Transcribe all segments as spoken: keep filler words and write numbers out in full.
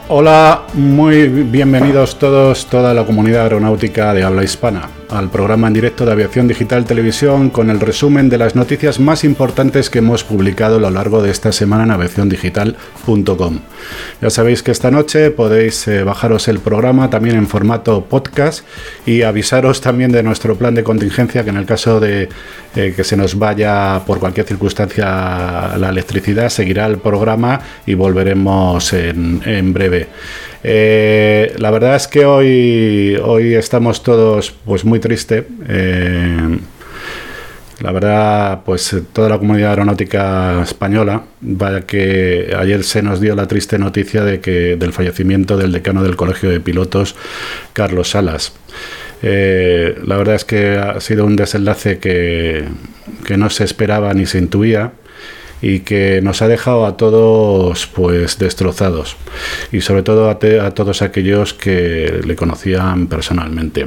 Hola, muy bienvenidos todos, toda la comunidad aeronáutica de habla hispana, al programa en directo de Aviación Digital Televisión con el resumen de las noticias más importantes que hemos publicado a lo largo de esta semana en aviación digital punto com. Ya sabéis que esta noche podéis eh, bajaros el programa también en formato podcast y avisaros también de nuestro plan de contingencia, que en el caso de eh, que se nos vaya por cualquier circunstancia la electricidad, seguirá el programa y volveremos en, en breve. Eh, la verdad es que hoy, hoy estamos todos pues muy tristes. Eh, la verdad, pues toda la comunidad aeronáutica española, vaya que ayer se nos dio la triste noticia de que del fallecimiento del decano del Colegio de Pilotos, Carlos Salas. Eh, la verdad es que ha sido un desenlace que, que no se esperaba ni se intuía, y que nos ha dejado a todos pues destrozados, y sobre todo a, te, a todos aquellos que le conocían personalmente.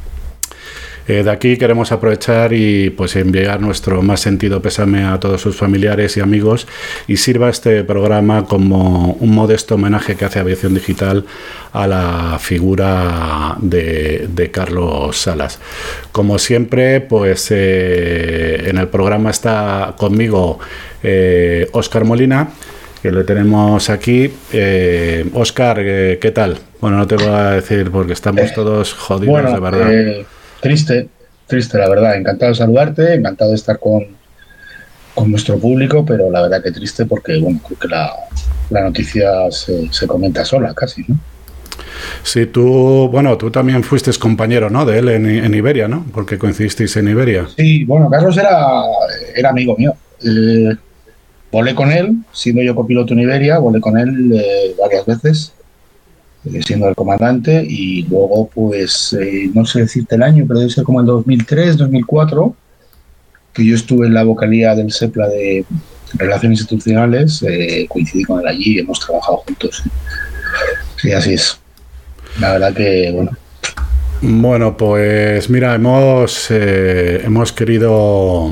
Eh, de aquí queremos aprovechar y pues enviar nuestro más sentido pésame a todos sus familiares y amigos, y sirva este programa como un modesto homenaje que hace Aviación Digital a la figura de, de Carlos Salas. Como siempre, pues eh, en el programa está conmigo eh, Óscar Molina, que lo tenemos aquí. eh, Óscar, eh, ¿qué tal? Bueno, no te voy a decir porque estamos todos jodidos, bueno, de verdad. Eh... Triste, triste, la verdad. Encantado de saludarte, encantado de estar con, con nuestro público, pero la verdad que triste porque, bueno, creo que la, la noticia se, se comenta sola casi, ¿no? Sí, tú, bueno, tú también fuiste compañero, ¿no?, de él en, en Iberia, ¿no? Porque coincidisteis en Iberia. Sí, bueno, Carlos era, era amigo mío. Eh, volé con él, siendo yo copiloto en Iberia, volé con él eh, varias veces, siendo el comandante, y luego pues eh, no sé decirte el año, pero debe ser como el dos mil tres, dos mil cuatro, que yo estuve en la vocalía del SEPLA de Relaciones Institucionales, eh, coincidí con él allí y hemos trabajado juntos. Sí, así es. La verdad que, bueno. Bueno, pues mira, hemos, eh, hemos querido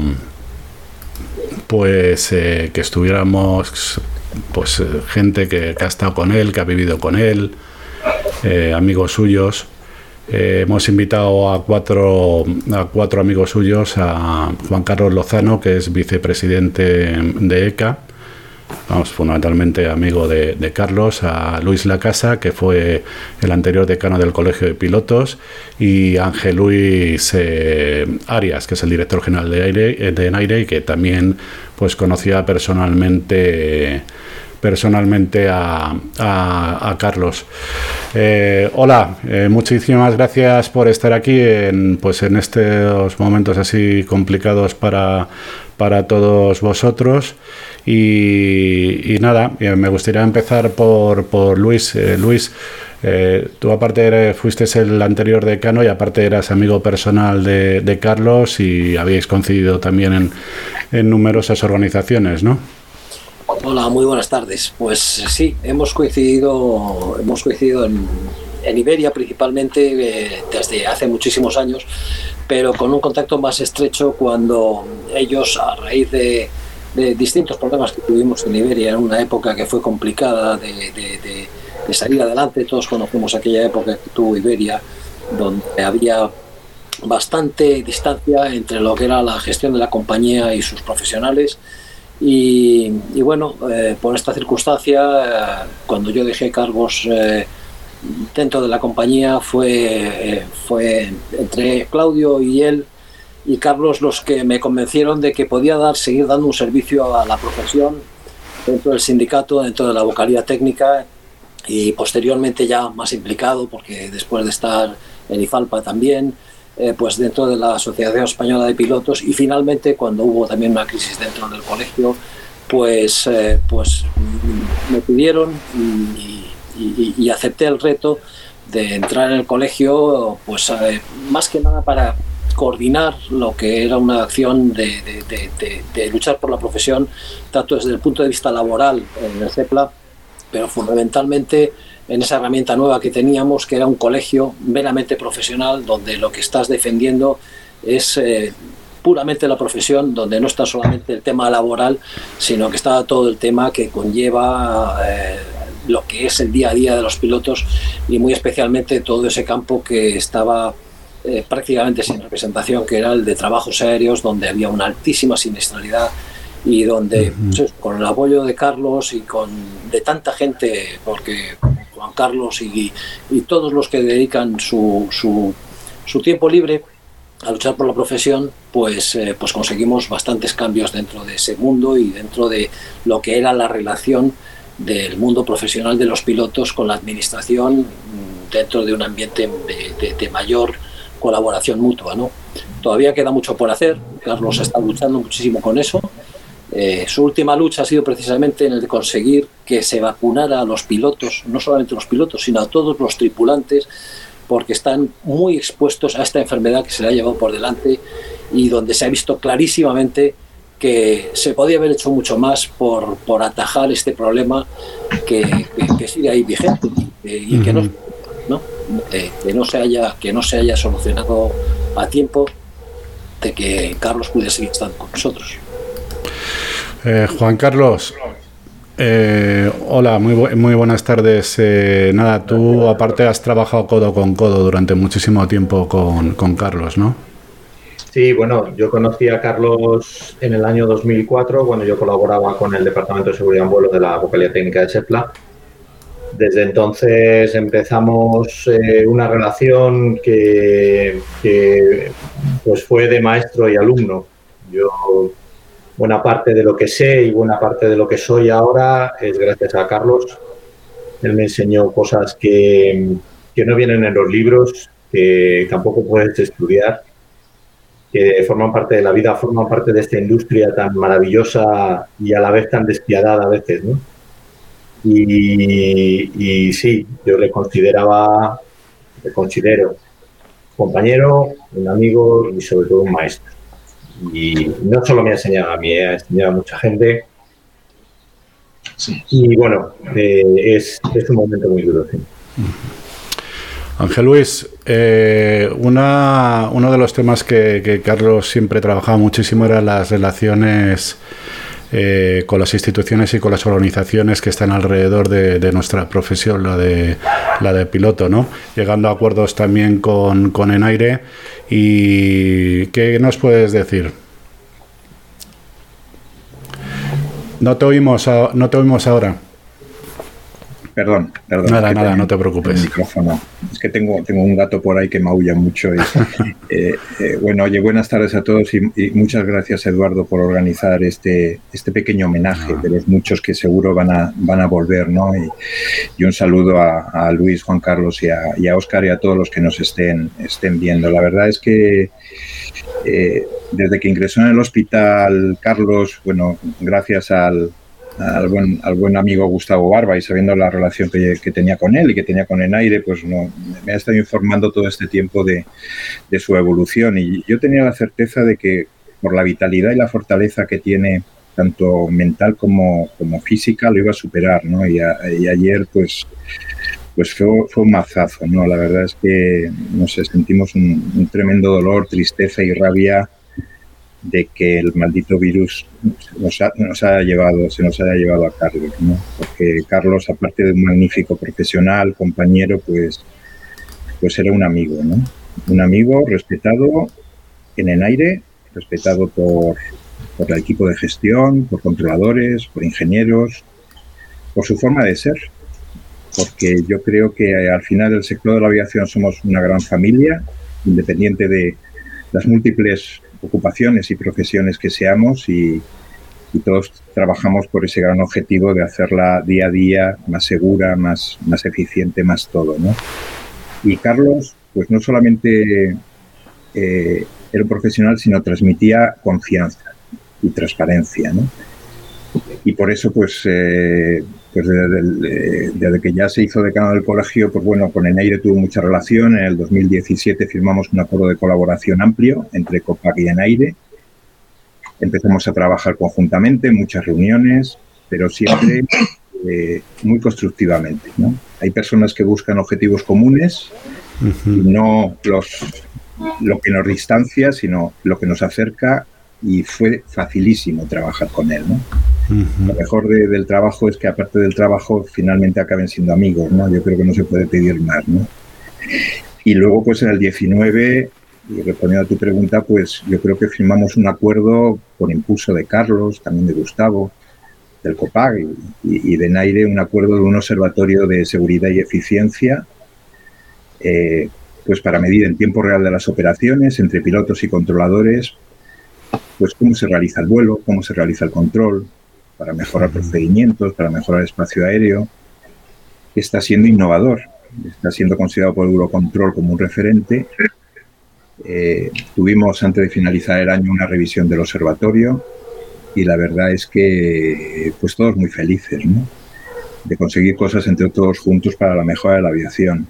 pues eh, que estuviéramos pues eh, gente que, que ha estado con él, que ha vivido con él, Eh, amigos suyos. Eh, hemos invitado a cuatro, a cuatro amigos suyos: a Juan Carlos Lozano, que es vicepresidente de E C A, vamos, fundamentalmente amigo de, de Carlos; a Luis Lacasa, que fue el anterior decano del Colegio de Pilotos; y Ángel Luis eh, Arias, que es el director general de, Aire, de Naire, y que también pues conocía personalmente personalmente a, a, a Carlos. Eh, hola, eh, muchísimas gracias por estar aquí en, pues en estos momentos así complicados para, para todos vosotros. Y, y nada, me gustaría empezar por, por Luis. Eh, Luis, eh, tú aparte eres, fuiste el anterior decano y aparte eras amigo personal de, de Carlos, y habíais coincidido también en, en numerosas organizaciones, ¿no? Hola, muy buenas tardes. Pues sí, hemos coincidido, hemos coincidido en, en Iberia principalmente eh, desde hace muchísimos años, pero con un contacto más estrecho cuando ellos, a raíz de, de distintos problemas que tuvimos en Iberia en una época que fue complicada de, de, de, de salir adelante. Todos conocemos aquella época que tuvo Iberia, donde había bastante distancia entre lo que era la gestión de la compañía y sus profesionales. Y, y bueno, eh, por esta circunstancia, eh, cuando yo dejé cargos eh, dentro de la compañía, fue, eh, fue entre Claudio y él y Carlos los que me convencieron de que podía dar, seguir dando un servicio a la profesión dentro del sindicato, dentro de la vocalía técnica, y posteriormente ya más implicado, porque después de estar en IFALPA también, Eh, pues dentro de la Asociación Española de Pilotos, y finalmente cuando hubo también una crisis dentro del colegio, pues, eh, pues me pidieron y, y, y acepté el reto de entrar en el colegio, pues eh, más que nada para coordinar lo que era una acción de, de, de, de, de luchar por la profesión, tanto desde el punto de vista laboral en el SEPLA, pero fundamentalmente en esa herramienta nueva que teníamos, que era un colegio meramente profesional, donde lo que estás defendiendo es eh, puramente la profesión, donde no está solamente el tema laboral, sino que está todo el tema que conlleva eh, lo que es el día a día de los pilotos y muy especialmente todo ese campo que estaba eh, prácticamente sin representación, que era el de trabajos aéreos, donde había una altísima siniestralidad y donde uh-huh. pues, con el apoyo de Carlos y con de tanta gente, porque Juan Carlos y, y todos los que dedican su, su, su tiempo libre a luchar por la profesión, pues, eh, pues conseguimos bastantes cambios dentro de ese mundo y dentro de lo que era la relación del mundo profesional de los pilotos con la administración dentro de un ambiente de, de, de mayor colaboración mutua, ¿no? Todavía queda mucho por hacer. Carlos está luchando muchísimo con eso. Eh, su última lucha ha sido precisamente en el de conseguir que se vacunara a los pilotos, no solamente a los pilotos, sino a todos los tripulantes, porque están muy expuestos a esta enfermedad que se le ha llevado por delante y donde se ha visto clarísimamente que se podía haber hecho mucho más por, por atajar este problema que, que, que sigue ahí vigente eh, y uh-huh. que, no, ¿no? Eh, que, no se haya, que no se haya solucionado a tiempo de que Carlos pudiera seguir estando con nosotros. Eh, Juan Carlos, eh, hola, muy, bu- muy buenas tardes. Eh, nada, tú aparte has trabajado codo con codo durante muchísimo tiempo con, con Carlos, ¿no? Sí, bueno, yo conocí a Carlos en el año dos mil cuatro, cuando yo colaboraba con el Departamento de Seguridad en Vuelo de la Vocalía Técnica de SEPLA. Desde entonces empezamos eh, una relación que, que pues fue de maestro y alumno. Yo buena parte de lo que sé y buena parte de lo que soy ahora es gracias a Carlos. Él me enseñó cosas que, que no vienen en los libros, que tampoco puedes estudiar, que forman parte de la vida, forman parte de esta industria tan maravillosa y a la vez tan despiadada a veces, ¿no? Y, y sí, yo le consideraba, le considero compañero, un amigo y sobre todo un maestro. Y no solo me ha enseñado a mí, ha enseñado a mucha gente. Sí. Y bueno, eh, es, es un momento muy duro. ¿Sí? Ángel Luis, eh, una, uno de los temas que, que Carlos siempre trabajaba muchísimo eran las relaciones eh, con las instituciones y con las organizaciones que están alrededor de, de nuestra profesión, la de, la de piloto, ¿no? Llegando a acuerdos también con, con Enaire. ¿Y qué nos puedes decir? No te oímos, no te oímos ahora. Perdón, perdón. Nada, nada, no te preocupes. El micrófono. Es que tengo, tengo un gato por ahí que maulla mucho. Y, eh, eh, bueno, oye, buenas tardes a todos y, y muchas gracias, Eduardo, por organizar este, este pequeño homenaje de los muchos que seguro van a, van a volver, ¿no? Y, y un saludo a, a Luis, Juan Carlos y a, y a Óscar y a todos los que nos estén, estén viendo. La verdad es que eh, desde que ingresó en el hospital Carlos, bueno, gracias al Al buen, al buen amigo Gustavo Barba y sabiendo la relación que, que tenía con él y que tenía con Enaire, pues no, me ha estado informando todo este tiempo de, de su evolución y yo tenía la certeza de que por la vitalidad y la fortaleza que tiene tanto mental como, como física lo iba a superar, ¿no? Y, a, y ayer pues pues fue, fue un mazazo, ¿no? La verdad es que no sé, sentimos un, un tremendo dolor, tristeza y rabia de que el maldito virus nos ha, nos ha llevado, se nos haya llevado a Carlos, ¿no? Porque Carlos, aparte de un magnífico profesional, compañero, pues, pues era un amigo, ¿no? Un amigo respetado en Enaire, respetado por, por el equipo de gestión, por controladores, por ingenieros, por su forma de ser. Porque yo creo que al final del sector de la aviación somos una gran familia, independiente de las múltiples ocupaciones y profesiones que seamos y, y todos trabajamos por ese gran objetivo de hacerla día a día más segura, más, más eficiente, más todo, ¿no? Y Carlos, pues no solamente eh, era un profesional, sino transmitía confianza y transparencia, ¿no? Y por eso, pues, eh, pues desde, desde que ya se hizo decano del colegio, pues bueno, con Enaire tuvo mucha relación. En el dos mil diecisiete firmamos un acuerdo de colaboración amplio entre Copac y Enaire. Empezamos a trabajar conjuntamente, muchas reuniones, pero siempre eh, muy constructivamente, ¿no? Hay personas que buscan objetivos comunes, uh-huh. y no los, lo que nos distancia, sino lo que nos acerca, y fue facilísimo trabajar con él, ¿no? Uh-huh. Lo mejor de, del trabajo es que aparte del trabajo finalmente acaben siendo amigos, ¿no? Yo creo que no se puede pedir más, ¿no? Y luego, pues en el diecinueve, y respondiendo a tu pregunta, pues yo creo que firmamos un acuerdo por impulso de Carlos, también de Gustavo, del COPAG y, y, y de NAIRE, un acuerdo de un observatorio de seguridad y eficiencia, eh, pues para medir en tiempo real de las operaciones entre pilotos y controladores, pues cómo se realiza el vuelo, cómo se realiza el control, para mejorar procedimientos, para mejorar el espacio aéreo, que está siendo innovador, está siendo considerado por Eurocontrol como un referente. Eh, tuvimos antes de finalizar el año una revisión del observatorio y la verdad es que pues todos muy felices, ¿no? De conseguir cosas entre todos juntos para la mejora de la aviación.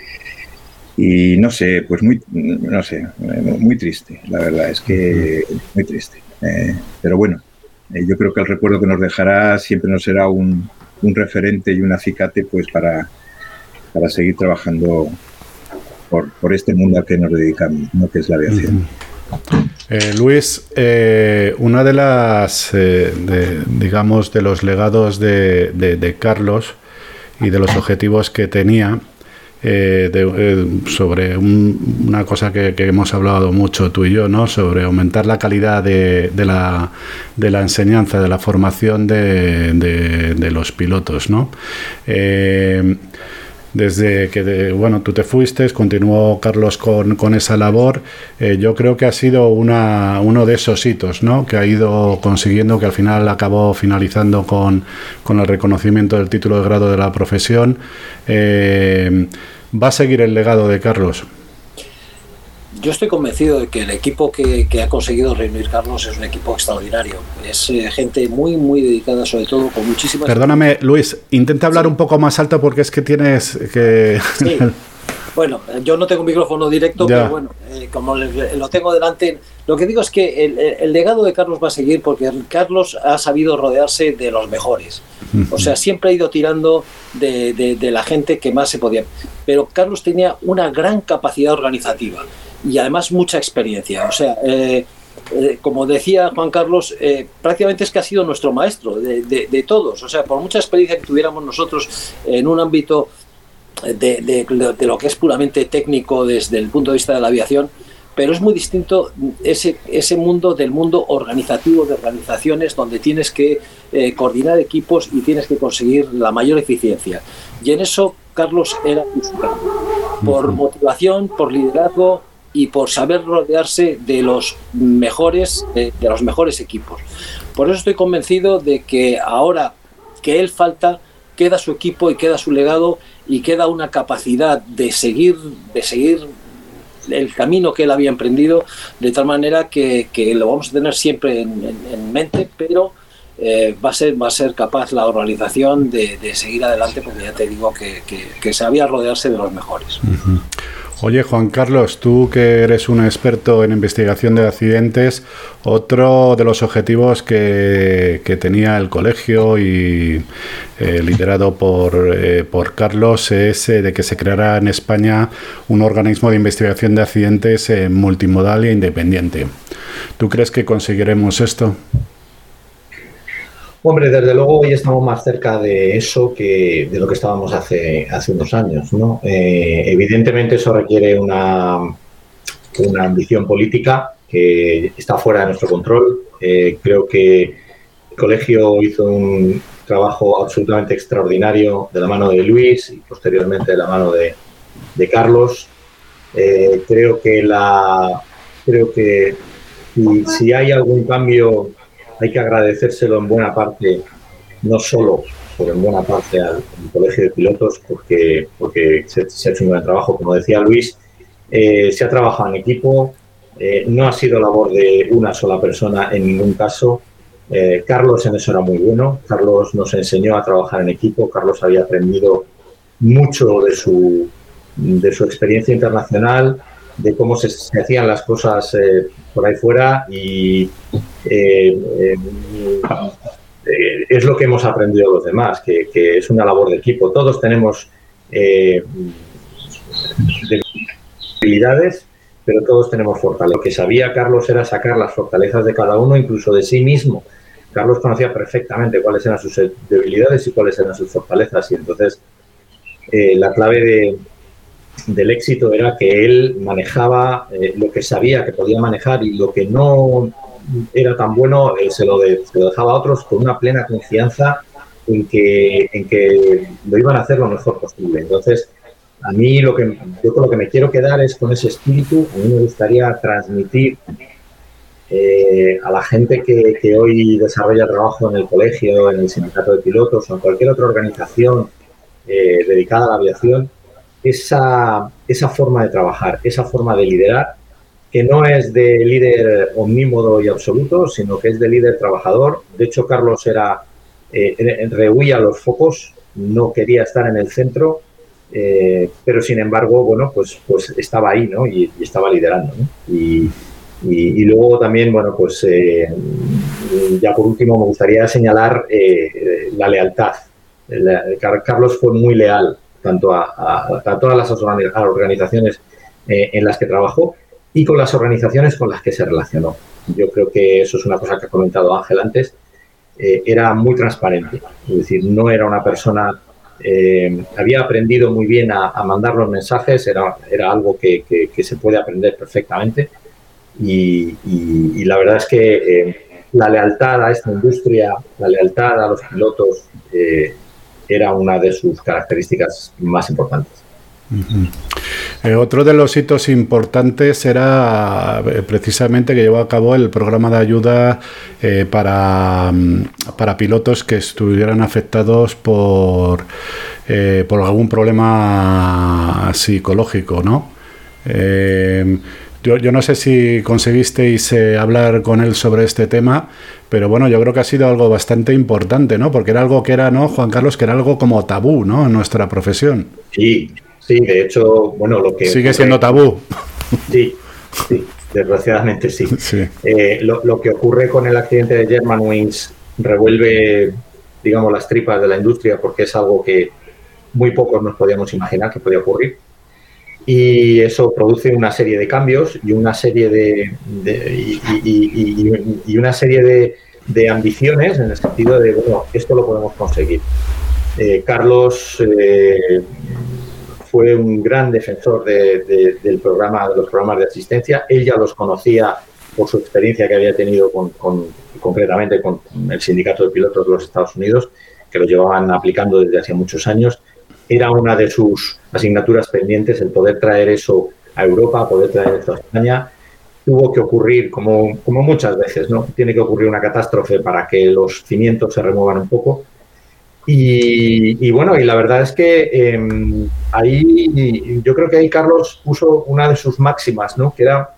Y no sé, pues muy, no sé, muy triste, la verdad es que muy triste. Eh, pero bueno, eh, yo creo que el recuerdo que nos dejará siempre nos será un, un referente y un acicate pues para, para seguir trabajando por, por este mundo al que nos dedicamos, ¿no? Que es la aviación. Uh-huh. Eh, Luis, eh, una de las, eh, de, digamos, de los legados de, de, de Carlos y de los objetivos que tenía, eh, de, eh, sobre un, una cosa que, que hemos hablado mucho tú y yo, ¿no? Sobre aumentar la calidad de, de, la, de la enseñanza, de la formación de, de, de los pilotos, ¿no? Eh, Desde que, de, bueno, tú te fuiste, continuó Carlos con, con esa labor. Eh, yo creo que ha sido una, uno de esos hitos, ¿no? Que ha ido consiguiendo, que al final acabó finalizando con, con el reconocimiento del título de grado de la profesión. Eh, ¿Va a seguir el legado de Carlos? Yo estoy convencido de que el equipo que, que ha conseguido reunir Carlos es un equipo extraordinario. Es eh, gente muy, muy dedicada, sobre todo con muchísimas... Perdóname, Luis, intenta hablar sí. un poco más alto porque es que tienes que... Sí. Bueno, yo no tengo un micrófono directo, ya. Pero bueno, eh, como le, lo tengo delante, lo que digo es que el, el legado de Carlos va a seguir porque Carlos ha sabido rodearse de los mejores. O sea, siempre ha ido tirando de, de, de la gente que más se podía. Pero Carlos tenía una gran capacidad organizativa y además mucha experiencia. O sea, eh, eh, como decía Juan Carlos, eh, prácticamente es que ha sido nuestro maestro de, de, de todos. O sea, por mucha experiencia que tuviéramos nosotros en un ámbito de, de, de lo que es puramente técnico desde el punto de vista de la aviación, pero es muy distinto ese, ese mundo del mundo organizativo, de organizaciones donde tienes que eh, coordinar equipos y tienes que conseguir la mayor eficiencia. Y en eso Carlos era un superman. Por motivación, por liderazgo y por saber rodearse de los mejores, de, de los mejores equipos. Por eso estoy convencido de que ahora que él falta, queda su equipo y queda su legado y queda una capacidad de seguir, de seguir el camino que él había emprendido, de tal manera que, que lo vamos a tener siempre en, en, en mente, pero eh, va a ser va a ser capaz la organización de, de seguir adelante, porque ya te digo que, que, que sabía rodearse de los mejores. Uh-huh. Oye, Juan Carlos, tú que eres un experto en investigación de accidentes, otro de los objetivos que, que tenía el colegio y eh, liderado por, eh, por Carlos es eh, de que se creara en España un organismo de investigación de accidentes eh, multimodal e independiente. ¿Tú crees que conseguiremos esto? Hombre, desde luego hoy estamos más cerca de eso que de lo que estábamos hace, hace unos años, ¿no? Eh, evidentemente eso requiere una, una ambición política que está fuera de nuestro control. Eh, creo que el colegio hizo un trabajo absolutamente extraordinario de la mano de Luis y posteriormente de la mano de, de Carlos. Eh, creo que la creo que si, si hay algún cambio hay que agradecérselo en buena parte, no solo, pero en buena parte al, al Colegio de Pilotos, porque, porque se, se ha hecho un buen trabajo, como decía Luis, eh, se ha trabajado en equipo, eh, no ha sido labor de una sola persona en ningún caso. Eh, Carlos en eso era muy bueno, Carlos nos enseñó a trabajar en equipo, Carlos había aprendido mucho de su, de su experiencia internacional, de cómo se, se hacían las cosas eh, por ahí fuera y eh, eh, eh, es lo que hemos aprendido los demás, que, que es una labor de equipo. Todos tenemos eh, debilidades, pero todos tenemos fortalezas. Lo que sabía Carlos era sacar las fortalezas de cada uno, incluso de sí mismo, Carlos conocía perfectamente cuáles eran sus debilidades y cuáles eran sus fortalezas, y entonces eh, la clave de, del éxito era que él manejaba eh, lo que sabía que podía manejar, y lo que no era tan bueno eh, se, lo de, se lo dejaba a otros con una plena confianza en que, en que lo iban a hacer lo mejor posible. Entonces, a mí lo que yo con lo que me quiero quedar es con ese espíritu. A mí me gustaría transmitir eh, a la gente que, que hoy desarrolla trabajo en el colegio, en el sindicato de pilotos o en cualquier otra organización eh, dedicada a la aviación, esa, esa forma de trabajar, esa forma de liderar, que no es de líder omnímodo y absoluto, sino que es de líder trabajador. De hecho, Carlos era eh, rehuía los focos, no quería estar en el centro, eh, pero sin embargo, bueno, pues, pues estaba ahí, ¿no? Y, y estaba liderando, ¿no? Y, y, y luego también, bueno, pues eh, ya por último me gustaría señalar eh, la lealtad. La, Carlos fue muy leal tanto a, a, a todas las organizaciones eh, en las que trabajó y con las organizaciones con las que se relacionó. Yo creo que eso es una cosa que ha comentado Ángel antes. Eh, era muy transparente, es decir, no era una persona... Eh, había aprendido muy bien a, a mandar los mensajes, era, era algo que, que, que se puede aprender perfectamente, y, y, y la verdad es que eh, la lealtad a esta industria, la lealtad a los pilotos, eh, era una de sus características más importantes. Uh-huh. Eh, otro de los hitos importantes era eh, precisamente que llevó a cabo el programa de ayuda eh, para, para pilotos que estuvieran afectados por, eh, por algún problema psicológico, ¿no? Eh, yo, yo no sé si conseguisteis eh, hablar con él sobre este tema, pero bueno, yo creo que ha sido algo bastante importante, ¿no? Porque era algo que era, ¿no, Juan Carlos? Que era algo como tabú, ¿no? En nuestra profesión. Sí. Sí, de hecho, bueno, lo que... Sigue siendo tabú. Sí, sí, desgraciadamente sí. sí. Eh, lo, lo que ocurre con el accidente de Germanwings revuelve, digamos, las tripas de la industria, porque es algo que muy pocos nos podíamos imaginar que podía ocurrir. Y eso produce una serie de cambios y una serie de... de y, y, y, y una serie de, de ambiciones en el sentido de, bueno, esto lo podemos conseguir. Eh, Carlos... Eh, fue un gran defensor de, de, del programa, de los programas de asistencia. Él ya los conocía por su experiencia que había tenido con, con, concretamente con el Sindicato de Pilotos de los Estados Unidos, que lo llevaban aplicando desde hace muchos años. Era una de sus asignaturas pendientes el poder traer eso a Europa, poder traer esto a España. Tuvo que ocurrir, como, como muchas veces, ¿no? Tiene que ocurrir una catástrofe para que los cimientos se remuevan un poco. Y, y bueno, y la verdad es que eh, ahí, yo creo que ahí Carlos puso una de sus máximas, ¿no? Que era,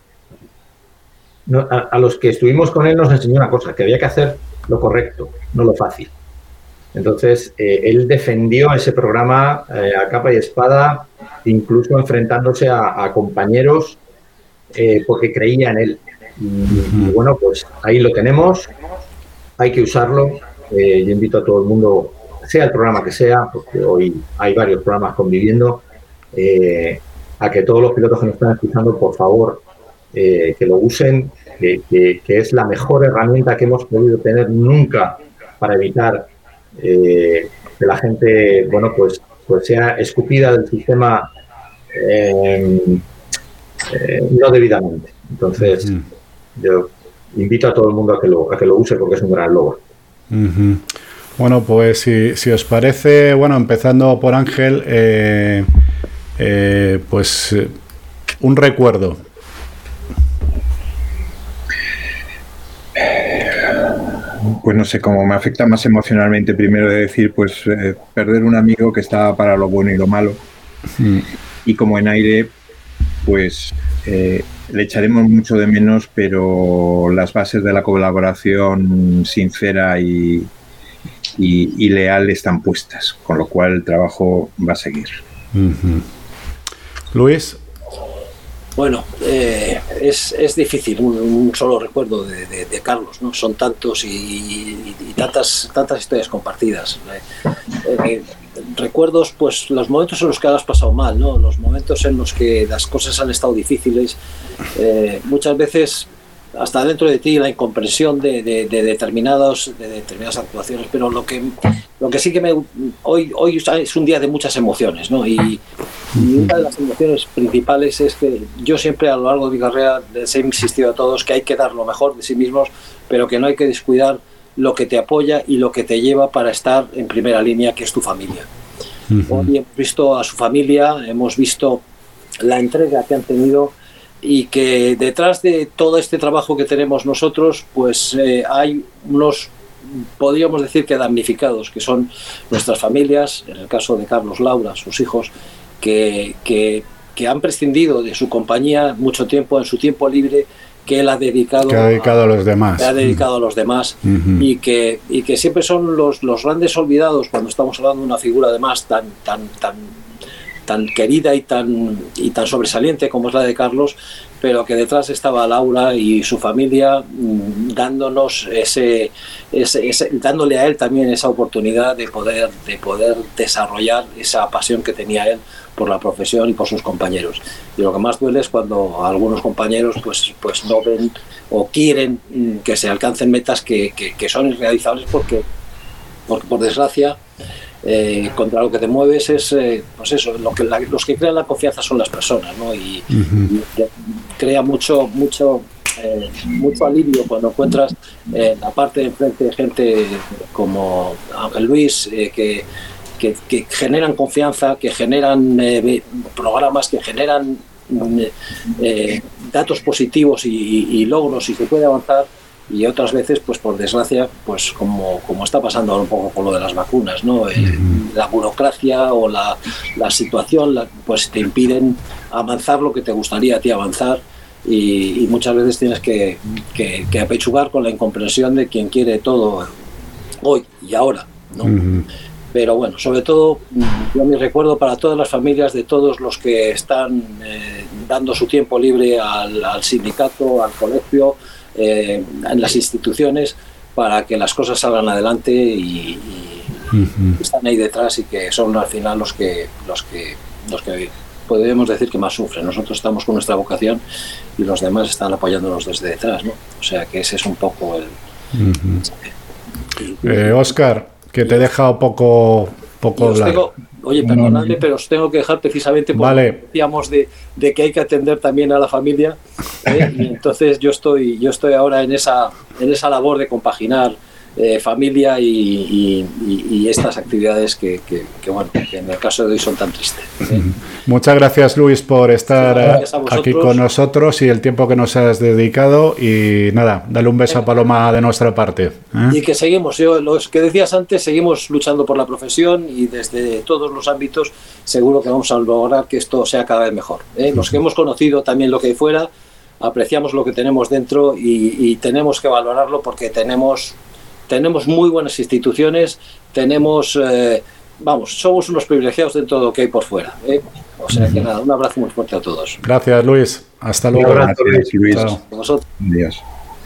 no, a, a los que estuvimos con él nos enseñó una cosa, que había que hacer lo correcto, no lo fácil. Entonces, eh, él defendió ese programa eh, a capa y espada, incluso enfrentándose a, a compañeros eh, porque creía en él. Y, y bueno, pues ahí lo tenemos, hay que usarlo. Eh, yo invito a todo el mundo, sea el programa que sea, porque hoy hay varios programas conviviendo, eh, a que todos los pilotos que nos están escuchando, por favor, eh, que lo usen, que, que, que es la mejor herramienta que hemos podido tener nunca para evitar eh, que la gente, bueno, pues, pues sea escupida del sistema eh, eh, no debidamente. Entonces, mm. yo invito a todo el mundo a que lo, a que lo use porque es un gran logro. Uh-huh. Bueno, pues si, si os parece, bueno, empezando por Ángel, eh, eh, pues eh, un recuerdo. Pues no sé, cómo me afecta más emocionalmente, primero de decir, pues eh, perder un amigo que estaba para lo bueno y lo malo. Mm. Y como en aire, pues eh, le echaremos mucho de menos, pero las bases de la colaboración sincera y, y, y leal están puestas, con lo cual el trabajo va a seguir. Uh-huh. Luis. Bueno, eh, es, es difícil un, un solo recuerdo de, de, de Carlos, ¿no? Son tantos y, y, y tantas tantas historias compartidas. Eh, eh, recuerdos, pues los momentos en los que has pasado mal, ¿no? Los momentos en los que las cosas han estado difíciles. Eh, muchas veces hasta dentro de ti la incomprensión de, de, de determinados de determinadas actuaciones, pero lo que lo que sí que me hoy hoy es un día de muchas emociones, ¿no? Y, y una de las emociones principales es que yo siempre a lo largo de mi carrera les he insistido a todos que hay que dar lo mejor de sí mismos, pero que no hay que descuidar lo que te apoya y lo que te lleva para estar en primera línea, que es tu familia. Uh-huh. Hoy hemos visto a su familia, hemos visto la entrega que han tenido, y que detrás de todo este trabajo que tenemos nosotros, pues eh, hay unos, podríamos decir que damnificados, que son nuestras familias, en el caso de Carlos, Laura, sus hijos, que, que, que han prescindido de su compañía mucho tiempo, en su tiempo libre, que él ha dedicado, que ha dedicado a, a los demás, que ha dedicado a los demás uh-huh. y, que, y que siempre son los, los grandes olvidados cuando estamos hablando de una figura además tan, tan, tan tan querida y tan y tan sobresaliente como es la de Carlos, pero que detrás estaba Laura y su familia mmm, dándonos ese, ese, ese dándole a él también esa oportunidad de poder de poder desarrollar esa pasión que tenía él por la profesión y por sus compañeros. Y lo que más duele es cuando algunos compañeros pues pues no ven o quieren mmm, que se alcancen metas que, que, que son irrealizables porque porque por desgracia Eh, contra lo que te mueves es eh, pues eso, lo que la, los que crean la confianza son las personas, ¿no? Y, uh-huh. y crea mucho mucho eh, mucho alivio cuando encuentras eh, la parte de enfrente de gente como Ángel Luis eh, que, que, que generan confianza, que generan eh, programas, que generan eh, datos positivos y, y, y logros, y se puede avanzar. Y otras veces, pues por desgracia, pues como, como está pasando ahora un poco con lo de las vacunas, ¿no? Eh, uh-huh. La burocracia o la, la situación la, pues te impiden avanzar lo que te gustaría a ti avanzar, y, y muchas veces tienes que, que, que apechugar con la incomprensión de quien quiere todo hoy y ahora, ¿no? Uh-huh. Pero bueno, sobre todo, yo me recuerdo para todas las familias de todos los que están eh, dando su tiempo libre al, al sindicato, al colegio, Eh, en las instituciones, para que las cosas salgan adelante, y, y uh-huh. están ahí detrás, y que son al final los que los que los que podemos decir que más sufren. Nosotros estamos con nuestra vocación y los demás están apoyándonos desde detrás, ¿no? O sea que ese es un poco el uh-huh. eh, Óscar, que te he dejado poco poco hablar. Tengo, oye, perdonadme, pero os tengo que dejar precisamente porque vale. decíamos de, de que hay que atender también a la familia, ¿eh? Y entonces yo estoy yo estoy ahora en esa en esa labor de compaginar eh, familia y, y, y estas actividades que, que, que, bueno, que en el caso de hoy son tan tristes, ¿eh? Muchas gracias, Luis, por estar sí, aquí con nosotros y el tiempo que nos has dedicado, y nada, dale un beso a Paloma de nuestra parte, ¿eh? Y que seguimos, yo los que decías antes, seguimos luchando por la profesión, y desde todos los ámbitos seguro que vamos a lograr que esto sea cada vez mejor, ¿eh? Los que hemos conocido también lo que hay fuera, apreciamos lo que tenemos dentro, y, y tenemos que valorarlo, porque tenemos tenemos muy buenas instituciones, tenemos eh, vamos, somos unos privilegiados dentro de lo que hay por fuera, ¿eh? O sea que nada, un abrazo muy fuerte a todos. Gracias, Luis, hasta luego. Gracias, Luis. Chao. Adiós.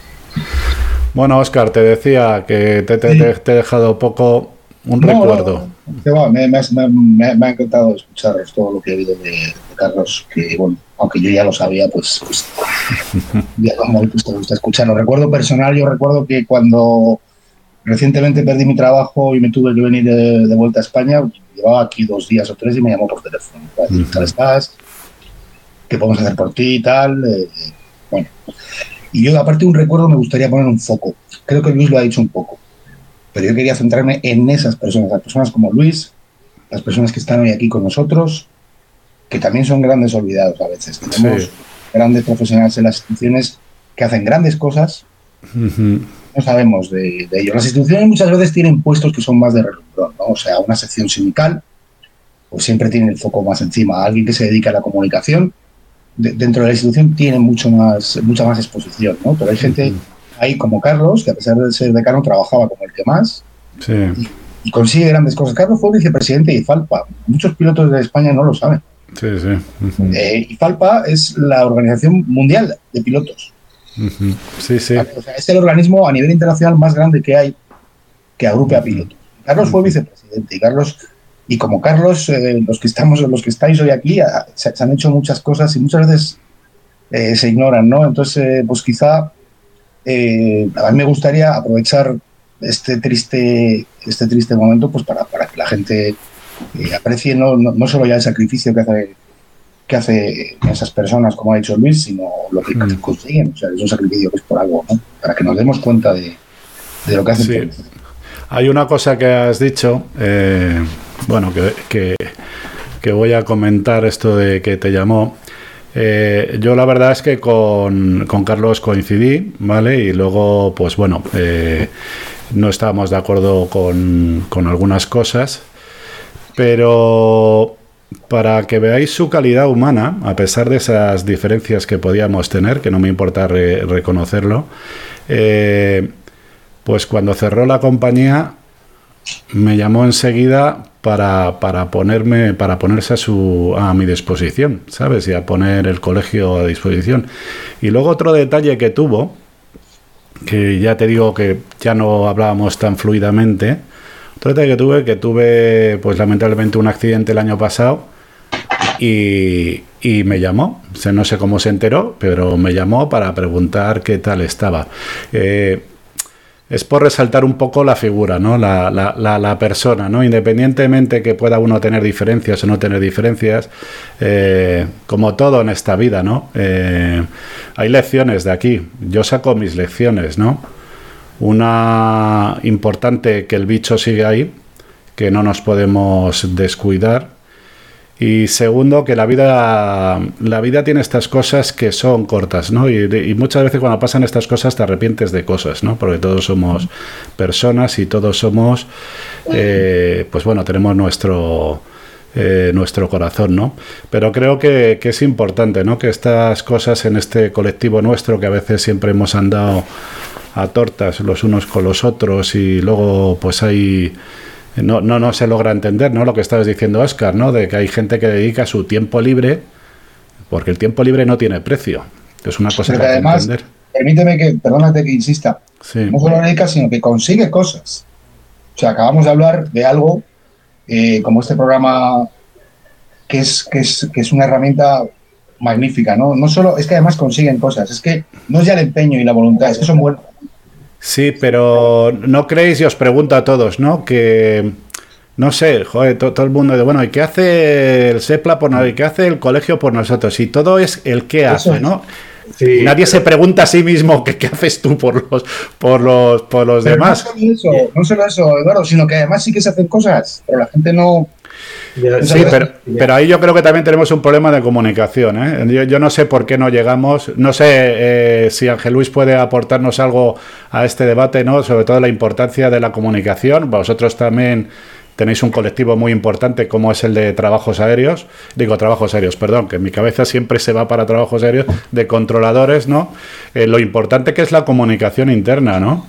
Bueno, Óscar, te decía que te, te, te, te he dejado poco un no, recuerdo. No, no. Me, me, me, me ha encantado escucharos todo lo que he oído de, de Carlos, que bueno, aunque yo ya lo sabía, pues, pues ya como pues, te gusta escucharlo. Recuerdo personal, yo recuerdo que cuando recientemente perdí mi trabajo y me tuve que venir de, de vuelta a España, llevaba aquí dos días o tres y me llamó por teléfono. ¿Qué tal estás? ¿Qué podemos hacer por ti y tal? Eh, bueno, y yo aparte de un recuerdo me gustaría poner un foco. Creo que Luis lo ha dicho un poco, pero yo quería centrarme en esas personas, las personas como Luis, las personas que están hoy aquí con nosotros, que también son grandes olvidados a veces. Tenemos sí. grandes profesionales en las instituciones que hacen grandes cosas. Uh-huh. No sabemos de, de ello. Las instituciones muchas veces tienen puestos que son más de relumbrón, ¿no? O sea, una sección sindical, pues siempre tiene el foco más encima. Alguien que se dedica a la comunicación, de, dentro de la institución tiene mucho más, mucha más exposición, ¿no? Pero hay gente uh-huh. ahí como Carlos, que a pesar de ser decano trabajaba como el que más, sí. y, y consigue grandes cosas. Carlos fue vicepresidente de IFALPA. Muchos pilotos de España no lo saben. Sí, sí. Uh-huh. Eh, IFALPA es la Organización Mundial de Pilotos. Uh-huh. Sí, sí. O sea, es el organismo a nivel internacional más grande que hay que agrupe a pilotos. Carlos fue vicepresidente y Carlos y como Carlos eh, los que estamos los que estáis hoy aquí se, se han hecho muchas cosas y muchas veces eh, se ignoran, ¿no? Entonces eh, pues quizá eh, a mí me gustaría aprovechar este triste, este triste momento pues para, para que la gente eh, aprecie no, no, no solo ya el sacrificio que hace, que hace esas personas, como ha dicho Luis, sino lo que mm. consiguen. O sea, es un sacrificio que es por algo, ¿no? Para que nos demos cuenta de, de lo que hacen. Sí. Hay una cosa que has dicho, eh, bueno, que, que, que voy a comentar, esto de que te llamó. Eh, yo la verdad es que con, con Carlos coincidí, ¿vale? Y luego, pues bueno, eh, no estábamos de acuerdo con, con algunas cosas, pero para que veáis su calidad humana, a pesar de esas diferencias que podíamos tener, que no me importa re, reconocerlo, eh, pues cuando cerró la compañía me llamó enseguida para, para ponerme para ponerse a su a mi disposición, ¿sabes? Y a poner el colegio a disposición. Y luego otro detalle que tuvo, que ya te digo que ya no hablábamos tan fluidamente, otro detalle que tuve, que tuve pues lamentablemente un accidente el año pasado y, y me llamó, o sea, no sé cómo se enteró, pero me llamó para preguntar qué tal estaba. Eh, Es por resaltar un poco la figura, ¿no? La, la, la, la persona, ¿no? Independientemente que pueda uno tener diferencias o no tener diferencias, eh, como todo en esta vida, ¿no? Eh, hay lecciones de aquí. Yo saco mis lecciones, ¿no? Una importante, que el bicho sigue ahí, que no nos podemos descuidar. Y segundo, que la vida la vida tiene estas cosas que son cortas, ¿no? Y, y muchas veces cuando pasan estas cosas te arrepientes de cosas, ¿no? Porque todos somos personas y todos somos, eh, pues bueno, tenemos nuestro eh, nuestro corazón, ¿no? Pero creo que, que es importante, ¿no? Que estas cosas en este colectivo nuestro, que a veces siempre hemos andado a tortas los unos con los otros y luego pues hay... No, no, no se logra entender, ¿no? Lo que estabas diciendo, Óscar, ¿no? De que hay gente que dedica su tiempo libre, porque el tiempo libre no tiene precio. Es una cosa que hay que además, entender. Permíteme que, perdónate que insista, sí. No solo dedica, sino que consigue cosas. O sea, acabamos de hablar de algo eh, como este programa que es, que, es, que es una herramienta magnífica, ¿no? No solo, es que además consiguen cosas, es que no es ya el empeño y la voluntad, es que son buenos. Sí, pero no creéis, y os pregunto a todos, ¿no? Que, no sé, joder, to, todo el mundo dice, bueno, ¿y qué hace el SEPLA por nosotros? ¿Y qué hace el colegio por nosotros? Y todo es el qué hace, ¿no? Sí, nadie pero... se pregunta a sí mismo que qué haces tú por los por los, por los demás. No solo, eso, no solo eso, Eduardo, sino que además sí que se hacen cosas, pero la gente no... Sí, pero, pero ahí yo creo que también tenemos un problema de comunicación, ¿eh? Yo, yo no sé por qué no llegamos, no sé eh, si Ángel Luis puede aportarnos algo a este debate, ¿no? Sobre todo la importancia de la comunicación. Vosotros también tenéis un colectivo muy importante como es el de trabajos aéreos, digo trabajos aéreos, perdón, que en mi cabeza siempre se va para trabajos aéreos, de controladores, ¿no? Eh, lo importante que es la comunicación interna, ¿no?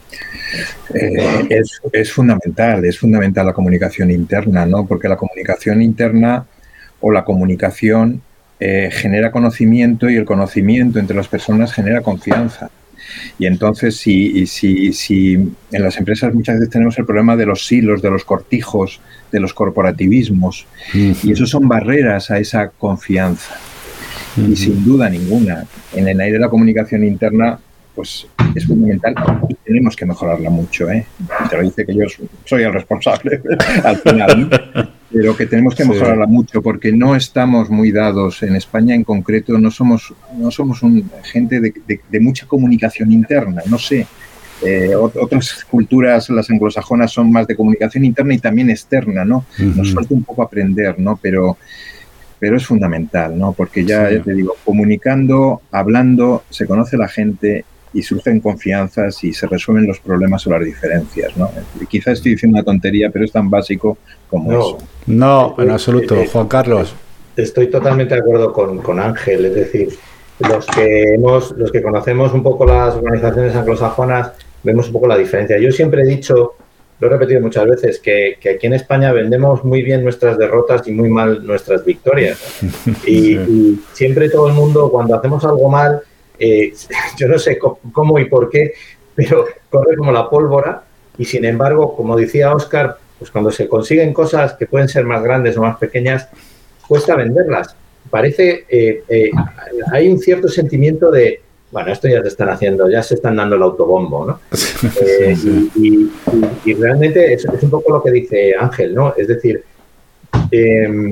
Eh, es, es fundamental, es fundamental la comunicación interna, ¿no? Porque la comunicación interna o la comunicación eh, genera conocimiento y el conocimiento entre las personas genera confianza. Y entonces, si, si, si en las empresas muchas veces tenemos el problema de los silos, de los cortijos, de los corporativismos, uh-huh. y eso son barreras a esa confianza. Uh-huh. Y sin duda ninguna, en el aire de la comunicación interna, pues es fundamental y tenemos que mejorarla mucho, ¿eh? Te lo dice que yo soy el responsable al final, ¿no? Pero que tenemos que mejorarla sí. mucho porque no estamos muy dados, en España en concreto, no somos no somos un, gente de, de, de mucha comunicación interna, no sé. Eh, otras culturas, las anglosajonas, son más de comunicación interna y también externa, ¿no? Uh-huh. Nos falta un poco aprender, ¿no? Pero... pero es fundamental, ¿no? Porque ya, sí. ya te digo, comunicando, hablando, se conoce la gente y surgen confianzas y se resuelven los problemas o las diferencias, ¿no? Y quizás estoy diciendo una tontería, pero es tan básico como no, eso. No, en absoluto. Juan Carlos. Estoy totalmente de acuerdo con, con Ángel, es decir, los que hemos, los que conocemos un poco las organizaciones anglosajonas, vemos un poco la diferencia. Yo siempre he dicho, lo he repetido muchas veces, que, que aquí en España vendemos muy bien nuestras derrotas y muy mal nuestras victorias. Y, y siempre todo el mundo, cuando hacemos algo mal, eh, yo no sé cómo y por qué, pero corre como la pólvora. Y sin embargo, como decía Óscar, pues cuando se consiguen cosas que pueden ser más grandes o más pequeñas, cuesta venderlas. Parece, eh, eh, hay un cierto sentimiento de, bueno, esto ya te están haciendo, ya se están dando el autobombo, ¿no? Eh, sí. y, y, y realmente es, es un poco lo que dice Ángel, ¿no? Es decir, eh,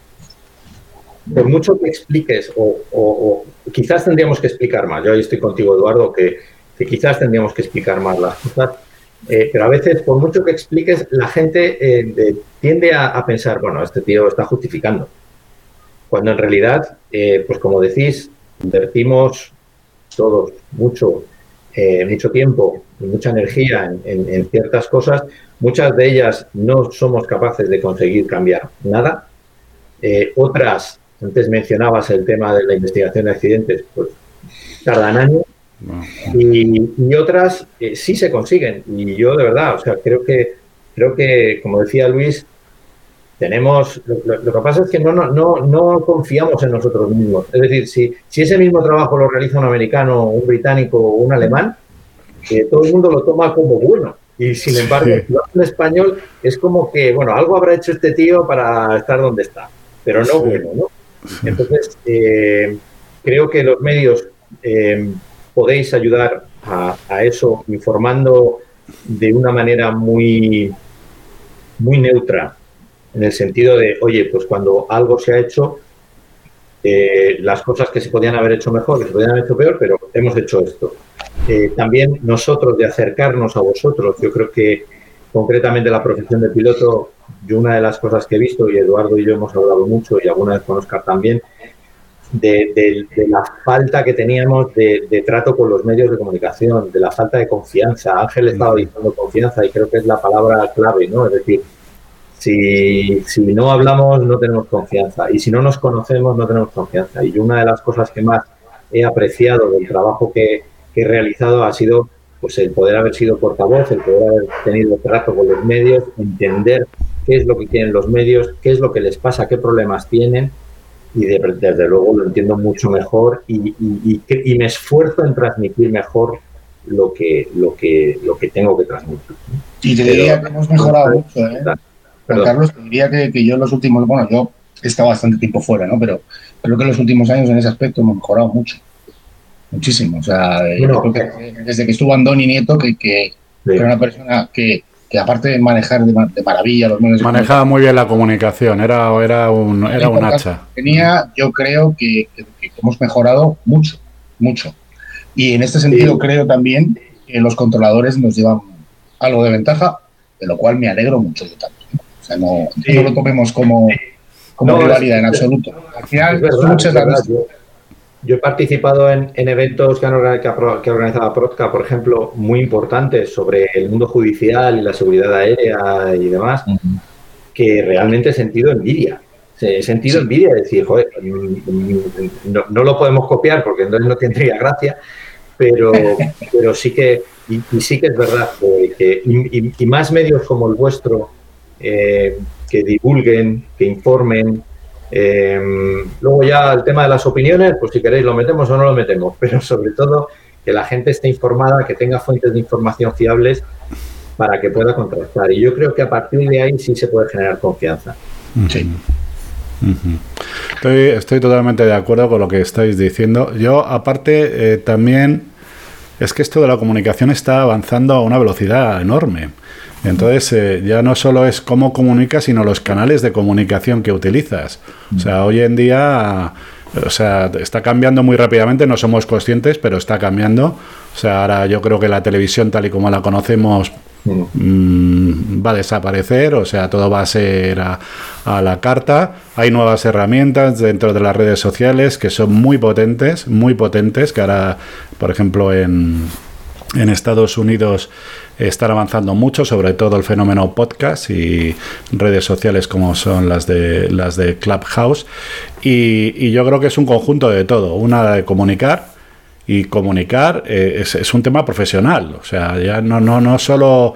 por mucho que expliques, o, o, o quizás tendríamos que explicar más, yo ahí estoy contigo, Eduardo, que, que quizás tendríamos que explicar más las cosas, eh, pero a veces, por mucho que expliques, la gente eh, de, tiende a, a pensar, bueno, este tío está justificando, cuando en realidad, eh, pues como decís, invertimos todos mucho, eh, mucho tiempo y mucha energía en, en, en ciertas cosas, muchas de ellas no somos capaces de conseguir cambiar nada, eh, otras, antes mencionabas el tema de la investigación de accidentes, pues tardan años, y, y otras eh, sí se consiguen, y yo de verdad, o sea, creo que, creo que como decía Luis, tenemos, lo, lo que pasa es que no, no, no, no confiamos en nosotros mismos. Es decir, si, si ese mismo trabajo lo realiza un americano, un británico o un alemán, eh, todo el mundo lo toma como bueno. Y sin embargo, si lo hace en español, es como que, bueno, algo habrá hecho este tío para estar donde está, pero no sí. bueno, ¿no? Entonces, eh, creo que los medios eh, podéis ayudar a, a eso informando de una manera muy, muy neutra, en el sentido de, oye, pues cuando algo se ha hecho, eh, las cosas que se podían haber hecho mejor, que se podían haber hecho peor, pero hemos hecho esto. Eh, también nosotros de acercarnos a vosotros, yo creo que concretamente la profesión de piloto, yo una de las cosas que he visto, y Eduardo y yo hemos hablado mucho, y alguna vez con Óscar también, de, de, de la falta que teníamos de, de trato con los medios de comunicación, de la falta de confianza. Ángel estaba diciendo confianza y creo que es la palabra clave, ¿no? Es decir, Si, si no hablamos, no tenemos confianza. Y si no nos conocemos, no tenemos confianza. Y una de las cosas que más he apreciado del trabajo que, que he realizado ha sido pues, el poder haber sido portavoz, el poder haber tenido trato con los medios, entender qué es lo que quieren los medios, qué es lo que les pasa, qué problemas tienen. Y de, desde luego lo entiendo mucho mejor y, y, y, y me esfuerzo en transmitir mejor lo que, lo que, lo que tengo que transmitir. Y te diría Pero, que hemos mejorado no, mucho, ¿eh? Juan Carlos, te diría que, que yo en los últimos, bueno, yo he estado bastante tiempo fuera, ¿no? Pero creo que en los últimos años en ese aspecto hemos mejorado mucho, muchísimo. O sea, bueno, yo creo que desde que estuvo Andoni Nieto, que, que, sí. que era una persona que, que aparte de manejar de, de maravilla los medios, manejaba muy bien la comunicación, era, era un, era un hacha. Tenía, yo creo que, que, que hemos mejorado mucho, mucho. Y en este sentido sí. creo también que los controladores nos llevan algo de ventaja, de lo cual me alegro mucho yo también. O sea, no, sí. no lo tomemos como, como no, rivalidad en absoluto. Al final, es verdad, muchas gracias. Yo, yo he participado en, en eventos que, han, que, ha, que ha organizado Prodca, por ejemplo, muy importantes sobre el mundo judicial y la seguridad aérea y demás, uh-huh. que realmente he sentido envidia. He sentido sí. envidia de decir, joder, no, no lo podemos copiar porque entonces no tendría gracia, pero, pero sí que, y, y sí que es verdad que, que y, y más medios como el vuestro, Eh, que divulguen, que informen. Eh, luego ya el tema de las opiniones, pues si queréis lo metemos o no lo metemos, pero sobre todo que la gente esté informada, que tenga fuentes de información fiables para que pueda contrastar. Y yo creo que a partir de ahí sí se puede generar confianza. Uh-huh. Sí. Uh-huh. Estoy, estoy totalmente de acuerdo con lo que estáis diciendo. Yo, aparte, eh, también es que esto de la comunicación está avanzando a una velocidad enorme. Entonces, eh, ya no solo es cómo comunicas, sino los canales de comunicación que utilizas. O sea, hoy en día, o sea, está cambiando muy rápidamente, no somos conscientes, pero está cambiando. O sea, ahora yo creo que la televisión, tal y como la conocemos, mmm, va a desaparecer. O sea, todo va a ser a, a la carta. Hay nuevas herramientas dentro de las redes sociales que son muy potentes, muy potentes, que ahora, por ejemplo, en... En Estados Unidos están avanzando mucho, sobre todo el fenómeno podcast y redes sociales como son las de las de Clubhouse. Y, y yo creo que es un conjunto de todo. Una de comunicar, y comunicar eh, es, es un tema profesional. O sea, ya no, no, no solo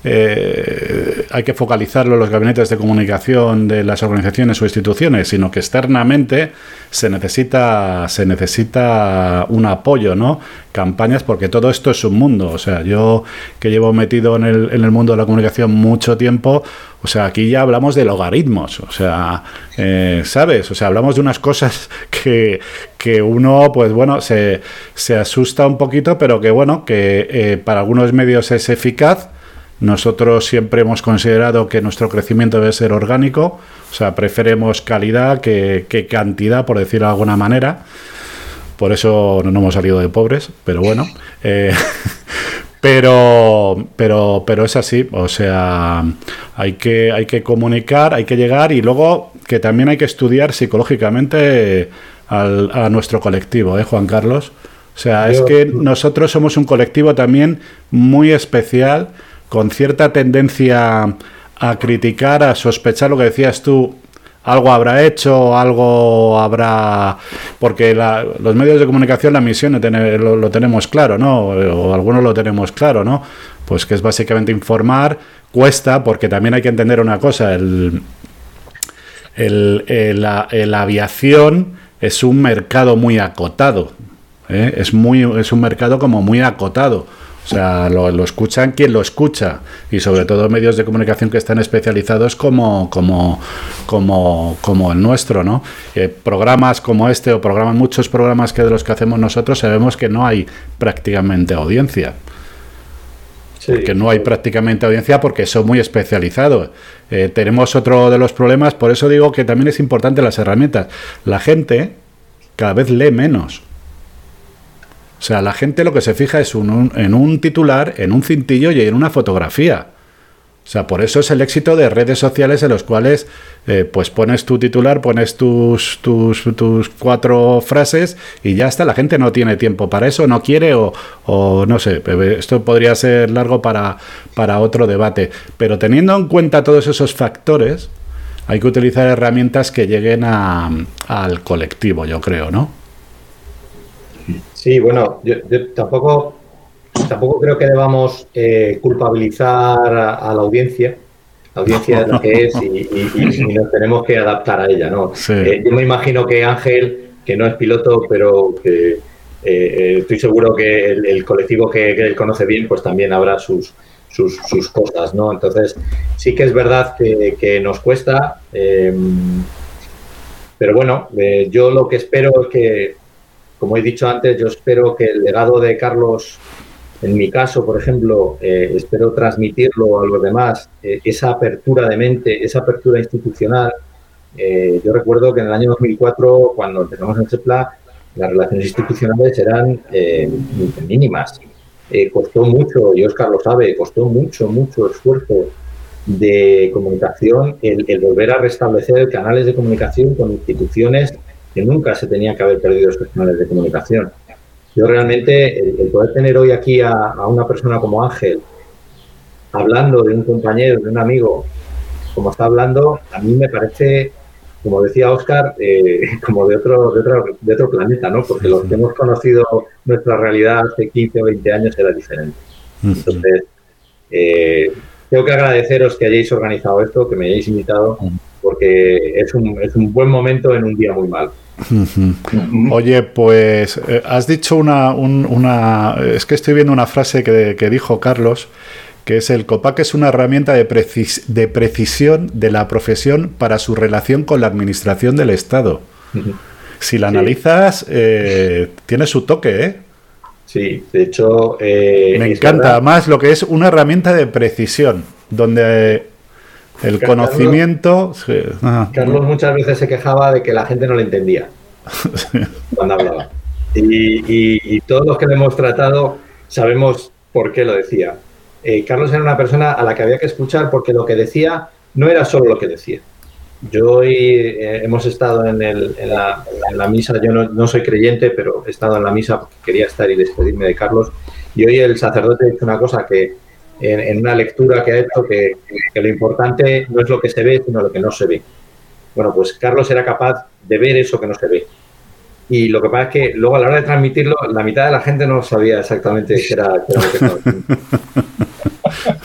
eh, hay que focalizarlo en los gabinetes de comunicación de las organizaciones o instituciones, sino que externamente se necesita, se necesita un apoyo, ¿no? Campañas, porque todo esto es un mundo. O sea, yo que llevo metido en el, en el mundo de la comunicación mucho tiempo, o sea, aquí ya hablamos de logaritmos, o sea, eh, ¿sabes? O sea, hablamos de unas cosas que, que uno, pues bueno, se, se asusta un poquito, pero que bueno, que eh, para algunos medios es eficaz. Nosotros siempre hemos considerado que nuestro crecimiento debe ser orgánico, o sea, preferimos calidad que, que cantidad, por decirlo de alguna manera. Por eso no hemos salido de pobres, pero bueno. Eh, pero, pero, pero es así, o sea, hay que, hay que comunicar, hay que llegar, y luego que también hay que estudiar psicológicamente al, a nuestro colectivo, ¿eh, Juan Carlos? O sea, es que nosotros somos un colectivo también muy especial, con cierta tendencia a criticar, a sospechar lo que decías tú, algo habrá hecho, algo habrá... Porque la, los medios de comunicación, la misión lo, lo tenemos claro, ¿no? O algunos lo tenemos claro, ¿no? Pues que es básicamente informar, cuesta, porque también hay que entender una cosa, el, el, el, la, la aviación es un mercado muy acotado, ¿eh? Es, muy, es un mercado como muy acotado. O sea, lo, lo escuchan quien lo escucha, y sobre todo medios de comunicación que están especializados como, como, como, como el nuestro, ¿no? Eh, programas como este, o programas, muchos programas que de los que hacemos nosotros, sabemos que no hay prácticamente audiencia. Sí, que no hay prácticamente audiencia porque son muy especializados. Eh, tenemos otro de los problemas, por eso digo que también es importante las herramientas. La gente cada vez lee menos. O sea, la gente lo que se fija es un, un, en un titular, en un cintillo y en una fotografía. O sea, por eso es el éxito de redes sociales en los cuales eh, pues pones tu titular, pones tus, tus, tus cuatro frases y ya está. La gente no tiene tiempo para eso, no quiere o, o no sé. Esto podría ser largo para, para otro debate. Pero teniendo en cuenta todos esos factores, hay que utilizar herramientas que lleguen a, al colectivo, yo creo, ¿no? Sí, bueno, yo, yo tampoco, tampoco creo que debamos eh, culpabilizar a, a la audiencia. La audiencia es la que es y, y, y nos tenemos que adaptar a ella, ¿no? Sí. Eh, yo me imagino que Ángel, que no es piloto, pero que eh, eh, estoy seguro que el, el colectivo que, que él conoce bien, pues también habrá sus, sus, sus cosas, ¿no? Entonces, sí que es verdad que, que nos cuesta, eh, pero bueno, eh, yo lo que espero es que, como he dicho antes, yo espero que el legado de Carlos, en mi caso, por ejemplo, eh, espero transmitirlo a los demás, eh, esa apertura de mente, esa apertura institucional. Eh, yo recuerdo que en el año dos mil cuatro, cuando empezamos en CEPLA, las relaciones institucionales eran eh, mínimas. Eh, costó mucho, y Óscar lo sabe, costó mucho, mucho esfuerzo de comunicación el, el volver a restablecer canales de comunicación con instituciones que nunca se tenían que haber perdido estos canales de comunicación. Yo realmente, el, el poder tener hoy aquí a, a una persona como Ángel, hablando de un compañero, de un amigo, como está hablando, a mí me parece, como decía Óscar, eh, como de otro, de, otro, de otro planeta, ¿no? Porque los que hemos conocido nuestra realidad hace quince o veinte años era diferente. Entonces, eh, tengo que agradeceros que hayáis organizado esto, que me hayáis invitado, porque es un, es un buen momento en un día muy malo. Oye, pues eh, has dicho una, un, una... Es que estoy viendo una frase que, que dijo Carlos, que es: el COPAC es una herramienta de, precis, de precisión de la profesión para su relación con la administración del Estado. Uh-huh. Si la sí. analizas, eh, tiene su toque, ¿eh? Sí, de hecho... Eh, Me encanta, además, lo que es una herramienta de precisión, donde... El Carlos, conocimiento... Sí. Carlos muchas veces se quejaba de que la gente no le entendía cuando hablaba. Y, y, y todos los que le hemos tratado sabemos por qué lo decía. Eh, Carlos era una persona a la que había que escuchar porque lo que decía no era solo lo que decía. Yo hoy eh, hemos estado en, el, en, la, en la misa, yo no, no soy creyente, pero he estado en la misa porque quería estar y despedirme de Carlos. Y hoy el sacerdote ha dicho una cosa que... En, en una lectura que ha hecho que, que lo importante no es lo que se ve, sino lo que no se ve. Bueno, pues Carlos era capaz de ver eso que no se ve. Y lo que pasa es que luego a la hora de transmitirlo, la mitad de la gente no sabía exactamente qué era, qué era lo que estaba haciendo.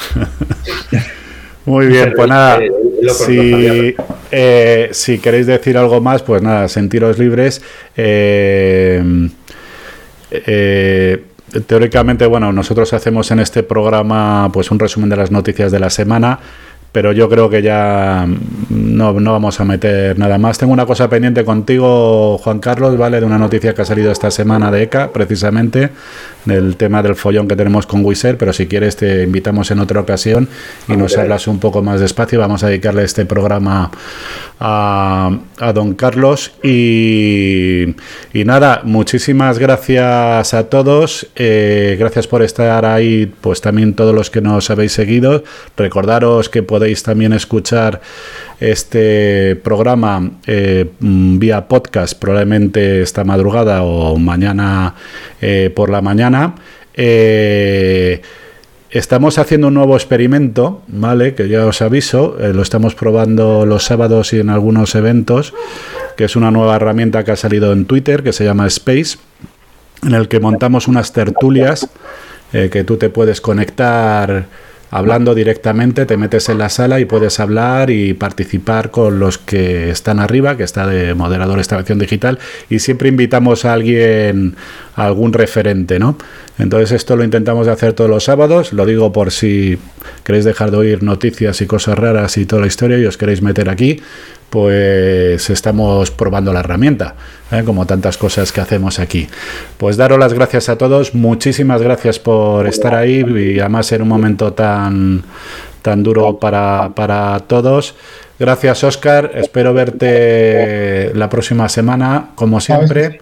Muy bien, pues nada, si, eh, si queréis decir algo más, pues nada, sentiros libres. Eh, eh, teóricamente, bueno, nosotros hacemos en este programa pues un resumen de las noticias de la semana, pero yo creo que ya no, no vamos a meter nada más. Tengo una cosa pendiente contigo, Juan Carlos, ¿vale? De una noticia que ha salido esta semana de E C A, precisamente, del tema del follón que tenemos con Wizz Air, pero si quieres te invitamos en otra ocasión y nos hablas un poco más despacio. Vamos a dedicarle este programa a, a don Carlos. Y, y nada, muchísimas gracias a todos. Eh, gracias por estar ahí, pues también todos los que nos habéis seguido. Recordaros que podéis también escuchar este programa eh, vía podcast, probablemente esta madrugada o mañana eh, por la mañana. Eh, estamos haciendo un nuevo experimento, ¿vale? Que ya os aviso, eh, lo estamos probando los sábados y en algunos eventos, que es una nueva herramienta que ha salido en Twitter, que se llama Space, en el que montamos unas tertulias eh, que tú te puedes conectar hablando directamente, te metes en la sala y puedes hablar y participar con los que están arriba, que está de moderador esta versión digital, y siempre invitamos a alguien, a algún referente, ¿no? Entonces esto lo intentamos hacer todos los sábados, lo digo por si queréis dejar de oír noticias y cosas raras y toda la historia y os queréis meter aquí, pues estamos probando la herramienta, ¿eh? Como tantas cosas que hacemos aquí. Pues daros las gracias a todos, muchísimas gracias por estar ahí y además en un momento tan, tan duro para, para todos. Gracias, Óscar, espero verte la próxima semana, como siempre.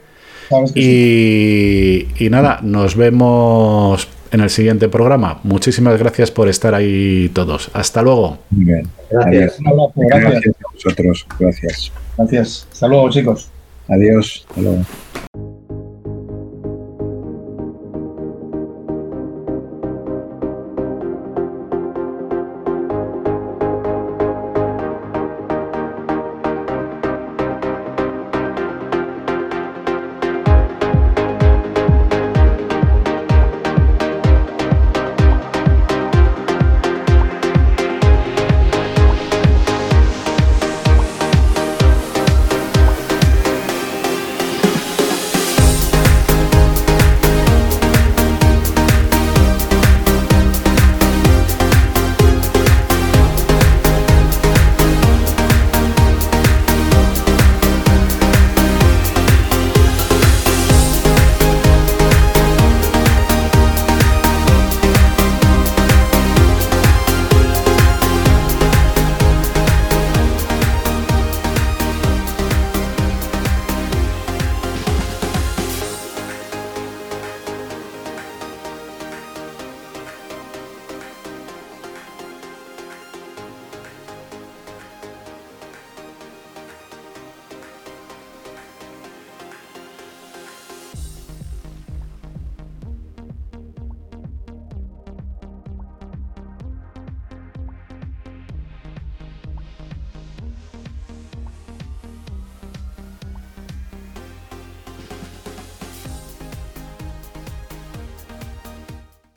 Y, y nada, nos vemos en el siguiente programa. Muchísimas gracias por estar ahí todos. Hasta luego. Muy bien. Gracias. Gracias. Gracias a vosotros. Gracias. Gracias. Hasta luego, chicos. Adiós. Hasta luego.